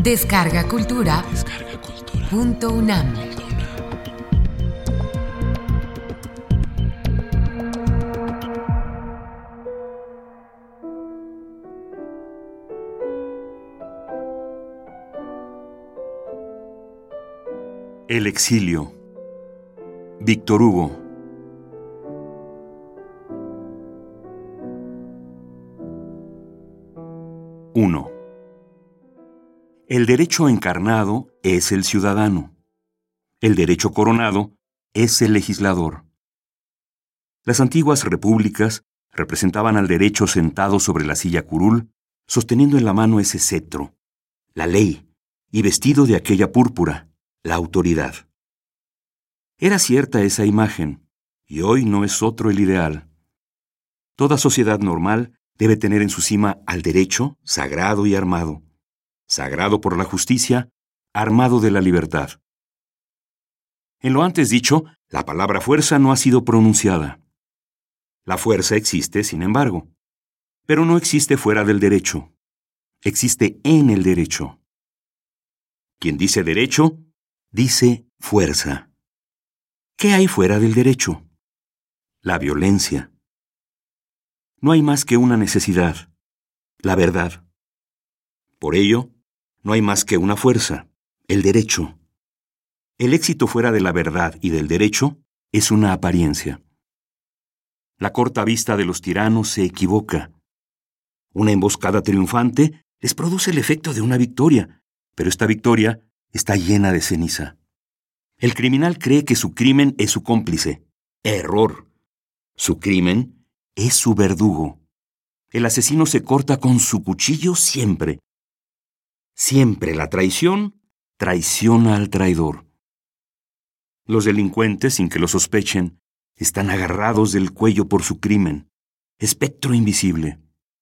Descarga Cultura. .unam. El exilio. Víctor Hugo. Uno. El derecho encarnado es el ciudadano. El derecho coronado es el legislador. Las antiguas repúblicas representaban al derecho sentado sobre la silla curul, sosteniendo en la mano ese cetro, la ley, y vestido de aquella púrpura, la autoridad. Era cierta esa imagen, y hoy no es otro el ideal. Toda sociedad normal debe tener en su cima al derecho, sagrado y armado. Sagrado por la justicia, armado de la libertad. En lo antes dicho, la palabra fuerza no ha sido pronunciada. La fuerza existe, sin embargo, pero no existe fuera del derecho. Existe en el derecho. Quien dice derecho, dice fuerza. ¿Qué hay fuera del derecho? La violencia. No hay más que una necesidad, la verdad. Por ello, no hay más que una fuerza, el derecho. El éxito fuera de la verdad y del derecho es una apariencia. La corta vista de los tiranos se equivoca. Una emboscada triunfante les produce el efecto de una victoria, pero esta victoria está llena de ceniza. El criminal cree que su crimen es su cómplice. Error. Su crimen es su verdugo. El asesino se corta con su cuchillo siempre. Siempre la traición traiciona al traidor. Los delincuentes, sin que lo sospechen, están agarrados del cuello por su crimen, espectro invisible.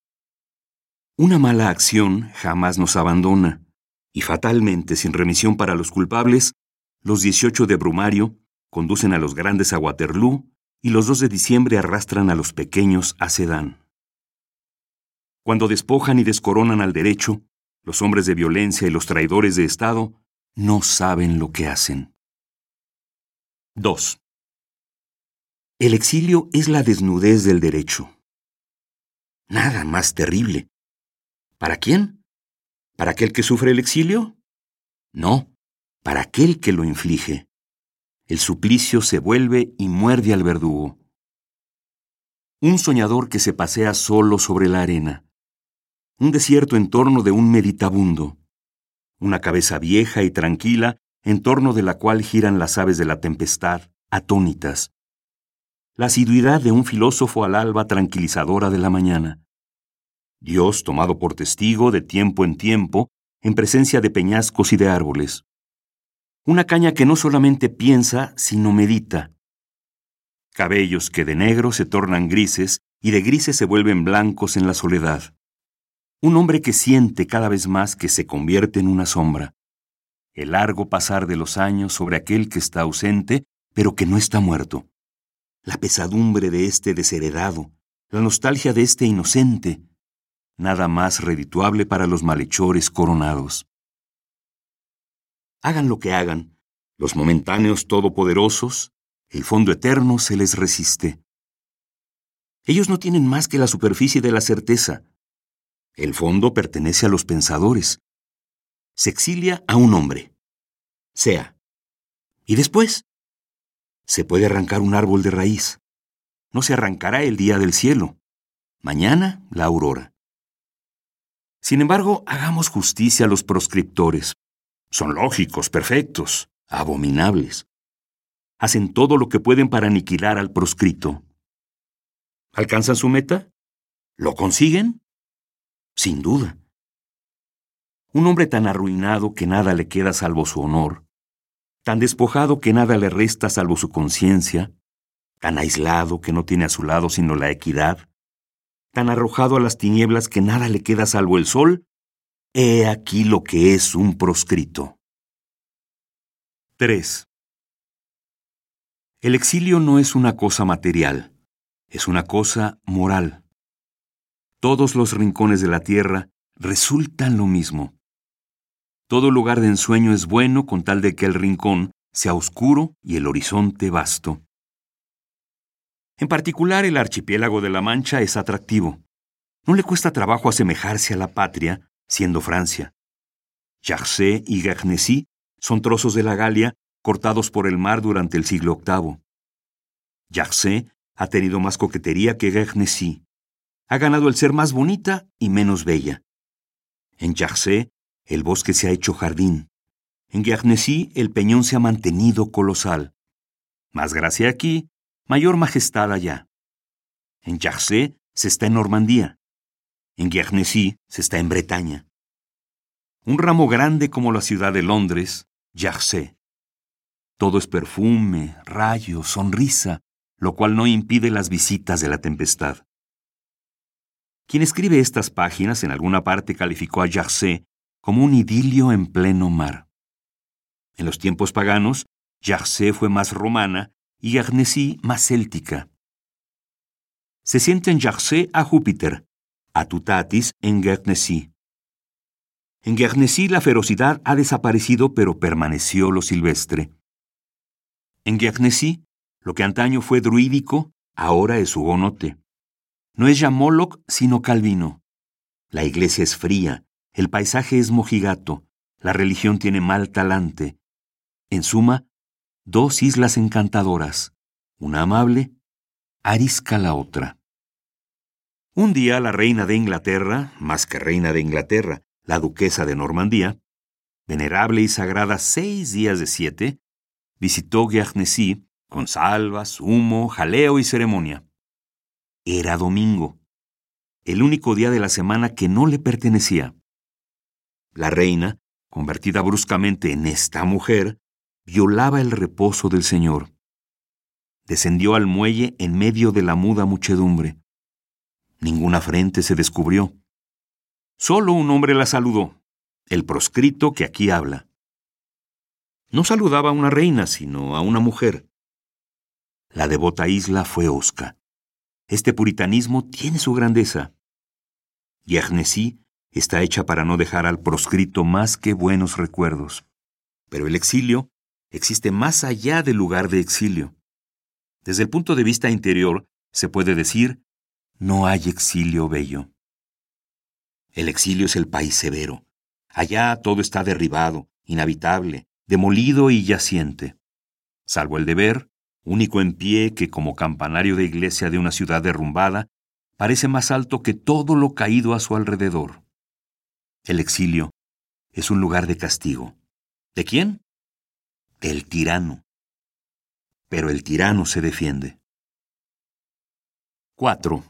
Una mala acción jamás nos abandona, y fatalmente, sin remisión para los culpables, los 18 de Brumario conducen a los grandes a Waterloo y los 2 de diciembre arrastran a los pequeños a Sedán. Cuando despojan y descoronan al derecho, los hombres de violencia y los traidores de Estado no saben lo que hacen. 2. El exilio es la desnudez del derecho. Nada más terrible. ¿Para quién? ¿Para aquel que sufre el exilio? No, para aquel que lo inflige. El suplicio se vuelve y muerde al verdugo. Un soñador que se pasea solo sobre la arena. Un desierto en torno de un meditabundo. Una cabeza vieja y tranquila en torno de la cual giran las aves de la tempestad, atónitas. La asiduidad de un filósofo al alba tranquilizadora de la mañana. Dios tomado por testigo de tiempo en tiempo en presencia de peñascos y de árboles. Una caña que no solamente piensa, sino medita. Cabellos que de negro se tornan grises y de grises se vuelven blancos en la soledad. Un hombre que siente cada vez más que se convierte en una sombra. El largo pasar de los años sobre aquel que está ausente, pero que no está muerto. La pesadumbre de este desheredado, la nostalgia de este inocente. Nada más redituable para los malhechores coronados. Hagan lo que hagan, los momentáneos todopoderosos, el fondo eterno se les resiste. Ellos no tienen más que la superficie de la certeza. El fondo pertenece a los pensadores. Se exilia a un hombre. Sea. ¿Y después? Se puede arrancar un árbol de raíz. No se arrancará el día del cielo. Mañana, la aurora. Sin embargo, hagamos justicia a los proscriptores. Son lógicos, perfectos, abominables. Hacen todo lo que pueden para aniquilar al proscrito. ¿Alcanzan su meta? ¿Lo consiguen? Sin duda. Un hombre tan arruinado que nada le queda salvo su honor, tan despojado que nada le resta salvo su conciencia, tan aislado que no tiene a su lado sino la equidad, tan arrojado a las tinieblas que nada le queda salvo el sol, he aquí lo que es un proscrito. 3. El exilio no es una cosa material, es una cosa moral. Todos los rincones de la tierra resultan lo mismo. Todo lugar de ensueño es bueno con tal de que el rincón sea oscuro y el horizonte vasto. En particular, el archipiélago de la Mancha es atractivo. No le cuesta trabajo asemejarse a la patria, siendo Francia. Jersey y Guernesey son trozos de la Galia cortados por el mar durante el siglo VIII. Jersey ha tenido más coquetería que Guernesey. Ha ganado el ser más bonita y menos bella. En Jersey, el bosque se ha hecho jardín. En Guernesey, el peñón se ha mantenido colosal. Más gracia aquí, mayor majestad allá. En Jersey se está en Normandía. En Guernesey se está en Bretaña. Un ramo grande como la ciudad de Londres, Jersey. Todo es perfume, rayos, sonrisa, lo cual no impide las visitas de la tempestad. Quien escribe estas páginas en alguna parte calificó a Jersey como un idilio en pleno mar. En los tiempos paganos, Jersey fue más romana y Guernesey más céltica. Se siente en Jersey a Júpiter, a Tutatis en Guernesey. En Guernesey la ferocidad ha desaparecido, pero permaneció lo silvestre. En Guernesey, lo que antaño fue druídico, ahora es hugonote. No es ya Moloch, sino Calvino. La iglesia es fría, el paisaje es mojigato, la religión tiene mal talante. En suma, dos islas encantadoras, una amable, arisca la otra. Un día la reina de Inglaterra, más que reina de Inglaterra, la duquesa de Normandía, venerable y sagrada 6 días de 7, visitó Guernesey con salvas, humo, jaleo y ceremonia. Era domingo, el único día de la semana que no le pertenecía. La reina, convertida bruscamente en esta mujer, violaba el reposo del Señor. Descendió al muelle en medio de la muda muchedumbre. Ninguna frente se descubrió. Solo un hombre la saludó, el proscrito que aquí habla. No saludaba a una reina, sino a una mujer. La devota isla fue hosca. Este puritanismo tiene su grandeza. Guernesey está hecha para no dejar al proscrito más que buenos recuerdos. Pero el exilio existe más allá del lugar de exilio. Desde el punto de vista interior, se puede decir, no hay exilio bello. El exilio es el país severo. Allá todo está derribado, inhabitable, demolido y yaciente. Salvo el deber, único en pie que como campanario de iglesia de una ciudad derrumbada, parece más alto que todo lo caído a su alrededor. El exilio es un lugar de castigo. ¿De quién? Del tirano. Pero el tirano se defiende. 4.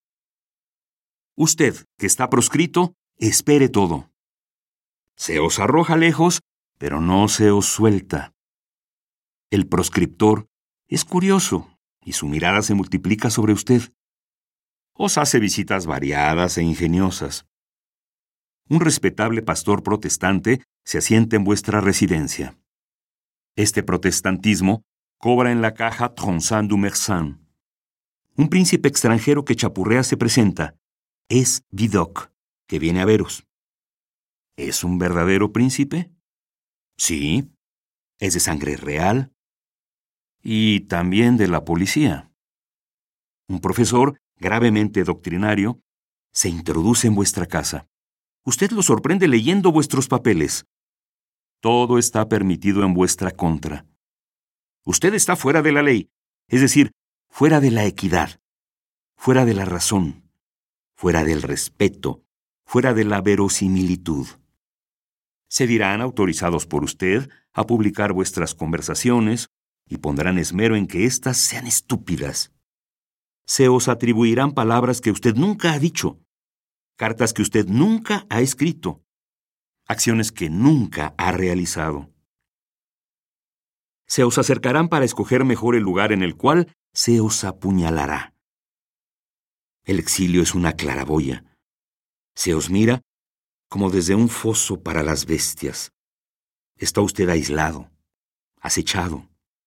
Usted, que está proscrito, espere todo. Se os arroja lejos, pero no se os suelta. El proscriptor es curioso y su mirada se multiplica sobre usted. Os hace visitas variadas e ingeniosas. Un respetable pastor protestante se asienta en vuestra residencia. Este protestantismo cobra en la caja Tronçon du Meursain. Un príncipe extranjero que chapurrea se presenta. Es Vidocq, que viene a veros. ¿Es un verdadero príncipe? Sí. ¿Es de sangre real? Y también de la policía. Un profesor, gravemente doctrinario, se introduce en vuestra casa. Usted lo sorprende leyendo vuestros papeles. Todo está permitido en vuestra contra. Usted está fuera de la ley, es decir, fuera de la equidad, fuera de la razón, fuera del respeto, fuera de la verosimilitud. Se dirán autorizados por usted a publicar vuestras conversaciones y pondrán esmero en que éstas sean estúpidas. Se os atribuirán palabras que usted nunca ha dicho, cartas que usted nunca ha escrito, acciones que nunca ha realizado. Se os acercarán para escoger mejor el lugar en el cual se os apuñalará. El exilio es una claraboya. Se os mira como desde un foso para las bestias. Está usted aislado, acechado.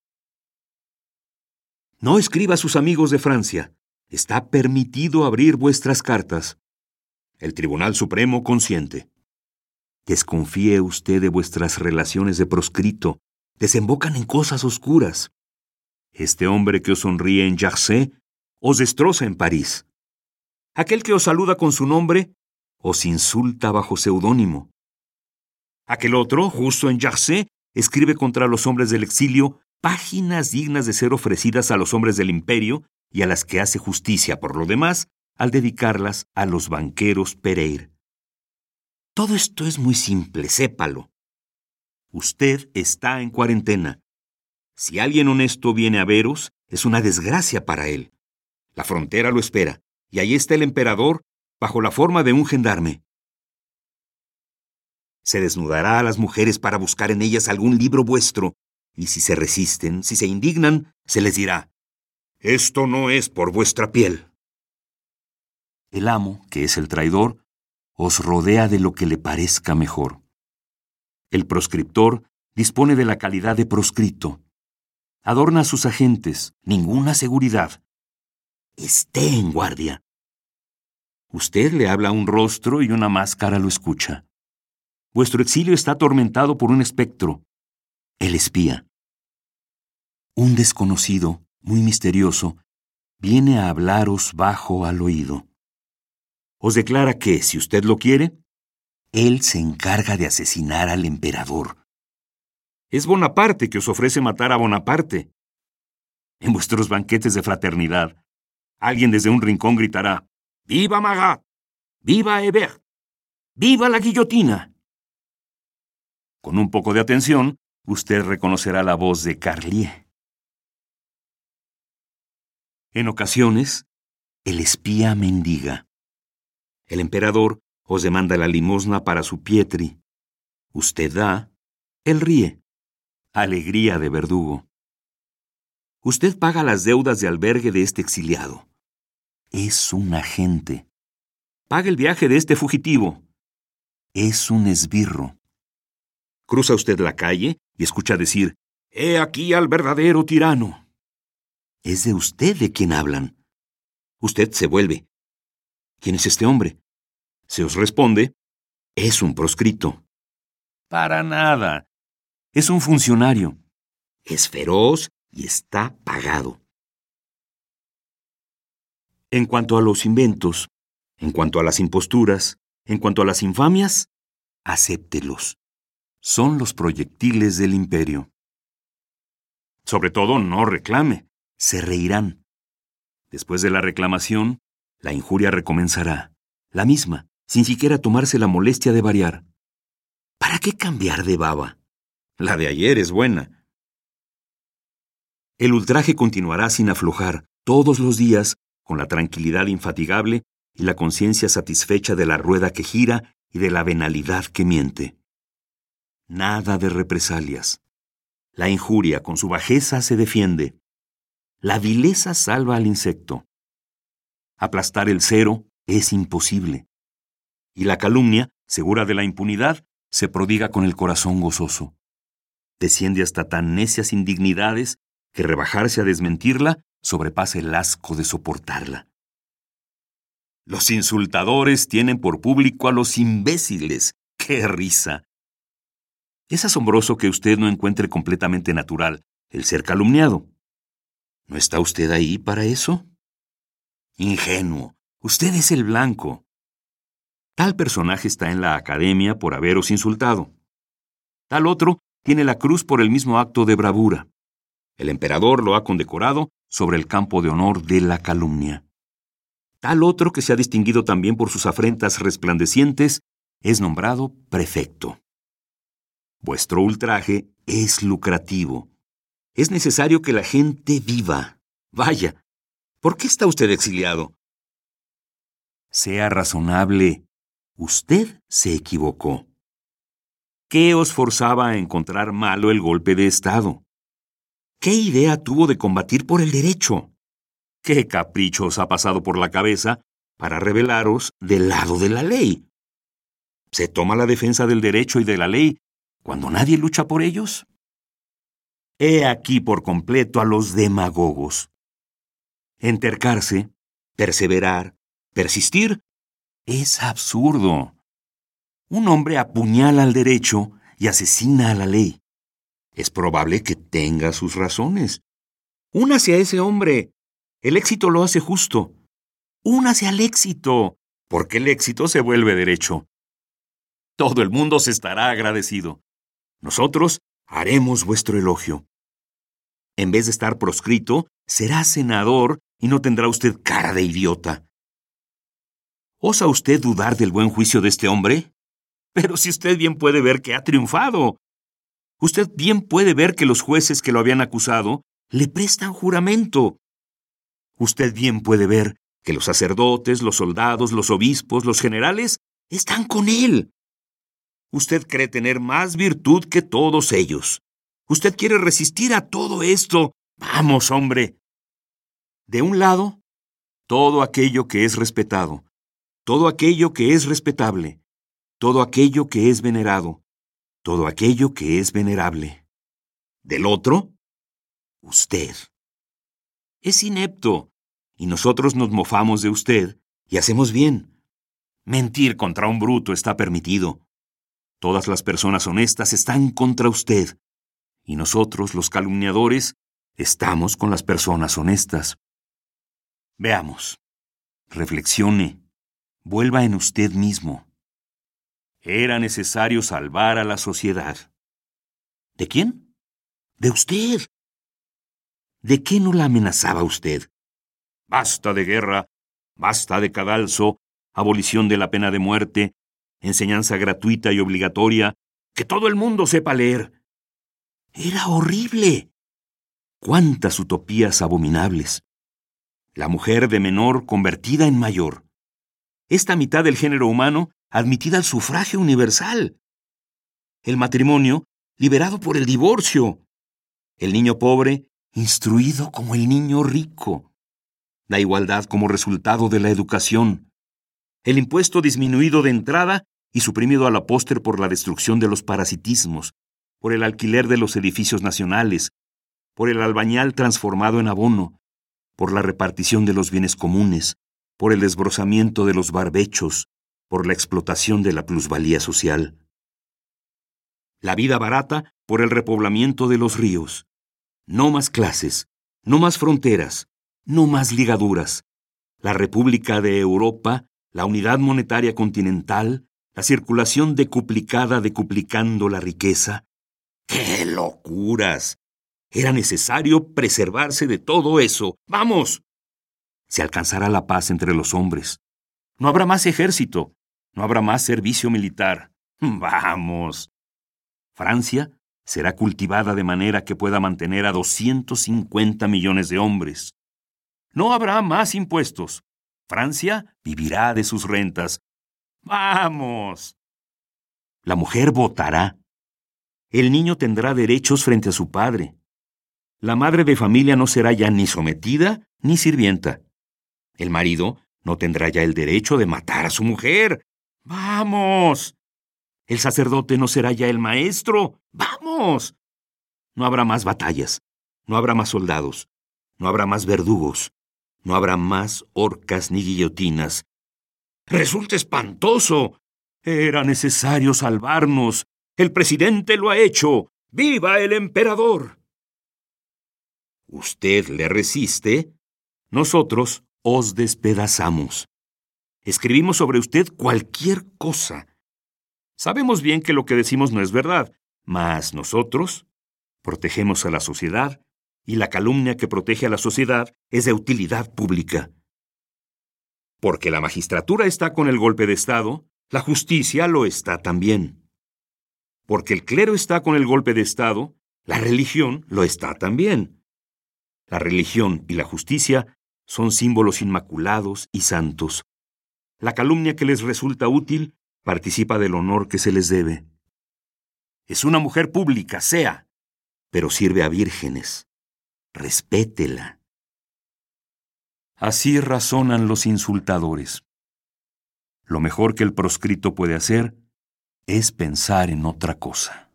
No escriba a sus amigos de Francia. Está permitido abrir vuestras cartas. El Tribunal Supremo consiente. Desconfíe usted de vuestras relaciones de proscrito. Desembocan en cosas oscuras. Este hombre que os sonríe en Jersey os destroza en París. Aquel que os saluda con su nombre os insulta bajo seudónimo. Aquel otro, justo en Jersey, escribe contra los hombres del exilio páginas dignas de ser ofrecidas a los hombres del imperio y a las que hace justicia por lo demás al dedicarlas a los banqueros Pereire. Todo esto es muy simple, sépalo. Usted está en cuarentena. Si alguien honesto viene a veros, es una desgracia para él. La frontera lo espera, y ahí está el emperador bajo la forma de un gendarme. Se desnudará a las mujeres para buscar en ellas algún libro vuestro, y si se resisten, si se indignan, se les dirá: «Esto no es por vuestra piel». El amo, que es el traidor, os rodea de lo que le parezca mejor. El proscriptor dispone de la calidad de proscrito. Adorna a sus agentes, ninguna seguridad. Esté en guardia. Usted le habla a un rostro y una máscara lo escucha. Vuestro exilio está atormentado por un espectro, el espía. Un desconocido, muy misterioso, viene a hablaros bajo al oído. Os declara que, si usted lo quiere, él se encarga de asesinar al emperador. Es Bonaparte que os ofrece matar a Bonaparte. En vuestros banquetes de fraternidad, alguien desde un rincón gritará: «¡Viva Marat! ¡Viva Hébert! ¡Viva la guillotina!». Con un poco de atención, usted reconocerá la voz de Carlier. En ocasiones, el espía mendiga. El emperador os demanda la limosna para su Pietri. Usted da, él ríe. Alegría de verdugo. Usted paga las deudas de albergue de este exiliado. Es un agente. Paga el viaje de este fugitivo. Es un esbirro. Cruza usted la calle y escucha decir: «He aquí al verdadero tirano». Es de usted de quien hablan. Usted se vuelve. ¿Quién es este hombre? Se os responde: «Es un proscrito». Para nada. Es un funcionario. Es feroz y está pagado. En cuanto a los inventos, en cuanto a las imposturas, en cuanto a las infamias, acéptelos. Son los proyectiles del imperio. Sobre todo, no reclame. Se reirán. Después de la reclamación, la injuria recomenzará. La misma, sin siquiera tomarse la molestia de variar. ¿Para qué cambiar de baba? La de ayer es buena. El ultraje continuará sin aflojar, todos los días, con la tranquilidad infatigable y la conciencia satisfecha de la rueda que gira y de la venalidad que miente. Nada de represalias. La injuria, con su bajeza, se defiende. La vileza salva al insecto. Aplastar el cero es imposible. Y la calumnia, segura de la impunidad, se prodiga con el corazón gozoso. Desciende hasta tan necias indignidades que rebajarse a desmentirla sobrepasa el asco de soportarla. Los insultadores tienen por público a los imbéciles. ¡Qué risa! Es asombroso que usted no encuentre completamente natural el ser calumniado. ¿No está usted ahí para eso? Ingenuo, usted es el blanco. Tal personaje está en la academia por haberos insultado. Tal otro tiene la cruz por el mismo acto de bravura. El emperador lo ha condecorado sobre el campo de honor de la calumnia. Tal otro, que se ha distinguido también por sus afrentas resplandecientes, es nombrado prefecto. Vuestro ultraje es lucrativo. Es necesario que la gente viva. Vaya, ¿por qué está usted exiliado? Sea razonable. Usted se equivocó. ¿Qué os forzaba a encontrar malo el golpe de Estado? ¿Qué idea tuvo de combatir por el derecho? ¿Qué capricho os ha pasado por la cabeza para rebelaros del lado de la ley? ¿Se toma la defensa del derecho y de la ley cuando nadie lucha por ellos? He aquí por completo a los demagogos. Entercarse, perseverar, persistir, es absurdo. Un hombre apuñala al derecho y asesina a la ley. Es probable que tenga sus razones. Únase a ese hombre. El éxito lo hace justo. Únase al éxito, porque el éxito se vuelve derecho. Todo el mundo se estará agradecido. Nosotros haremos vuestro elogio. En vez de estar proscrito, será senador y no tendrá usted cara de idiota. ¿Osa usted dudar del buen juicio de este hombre? Pero si usted bien puede ver que ha triunfado. Usted bien puede ver que los jueces que lo habían acusado le prestan juramento. Usted bien puede ver que los sacerdotes, los soldados, los obispos, los generales están con él. Usted cree tener más virtud que todos ellos. Usted quiere resistir a todo esto. Vamos, hombre. De un lado, todo aquello que es respetado, todo aquello que es respetable, todo aquello que es venerado, todo aquello que es venerable. Del otro, usted. Es inepto, y nosotros nos mofamos de usted y hacemos bien. Mentir contra un bruto está permitido. Todas las personas honestas están contra usted, y nosotros, los calumniadores, estamos con las personas honestas. Veamos. Reflexione. Vuelva en usted mismo. Era necesario salvar a la sociedad. ¿De quién? De usted. ¿De qué no la amenazaba usted? Basta de guerra, basta de cadalso, abolición de la pena de muerte, enseñanza gratuita y obligatoria, que todo el mundo sepa leer. Era horrible. ¡Cuántas utopías abominables! La mujer de menor convertida en mayor. Esta mitad del género humano admitida al sufragio universal. El matrimonio liberado por el divorcio. El niño pobre instruido como el niño rico. La igualdad como resultado de la educación. El impuesto disminuido de entrada y suprimido a la postre por la destrucción de los parasitismos, por el alquiler de los edificios nacionales, por el albañal transformado en abono, por la repartición de los bienes comunes, por el desbrozamiento de los barbechos, por la explotación de la plusvalía social. La vida barata por el repoblamiento de los ríos. No más clases, no más fronteras, no más ligaduras. La República de Europa, la unidad monetaria continental, la circulación decuplicada decuplicando la riqueza. ¡Qué locuras! Era necesario preservarse de todo eso. ¡Vamos! Se alcanzará la paz entre los hombres. No habrá más ejército. No habrá más servicio militar. ¡Vamos! Francia será cultivada de manera que pueda mantener a 250 millones de hombres. No habrá más impuestos. Francia vivirá de sus rentas. ¡Vamos! La mujer votará. El niño tendrá derechos frente a su padre. La madre de familia no será ya ni sometida ni sirvienta. El marido no tendrá ya el derecho de matar a su mujer. ¡Vamos! El sacerdote no será ya el maestro. ¡Vamos! No habrá más batallas. No habrá más soldados. No habrá más verdugos. No habrá más horcas ni guillotinas. ¡Resulta espantoso! Era necesario salvarnos. El presidente lo ha hecho. ¡Viva el emperador! Usted le resiste. Nosotros os despedazamos. Escribimos sobre usted cualquier cosa. Sabemos bien que lo que decimos no es verdad, mas nosotros protegemos a la sociedad y la calumnia que protege a la sociedad es de utilidad pública. Porque la magistratura está con el golpe de Estado, la justicia lo está también. Porque el clero está con el golpe de Estado, la religión lo está también. La religión y la justicia son símbolos inmaculados y santos. La calumnia que les resulta útil participa del honor que se les debe. Es una mujer pública, sea, pero sirve a vírgenes. Respétela. Así razonan los insultadores. Lo mejor que el proscrito puede hacer es pensar en otra cosa.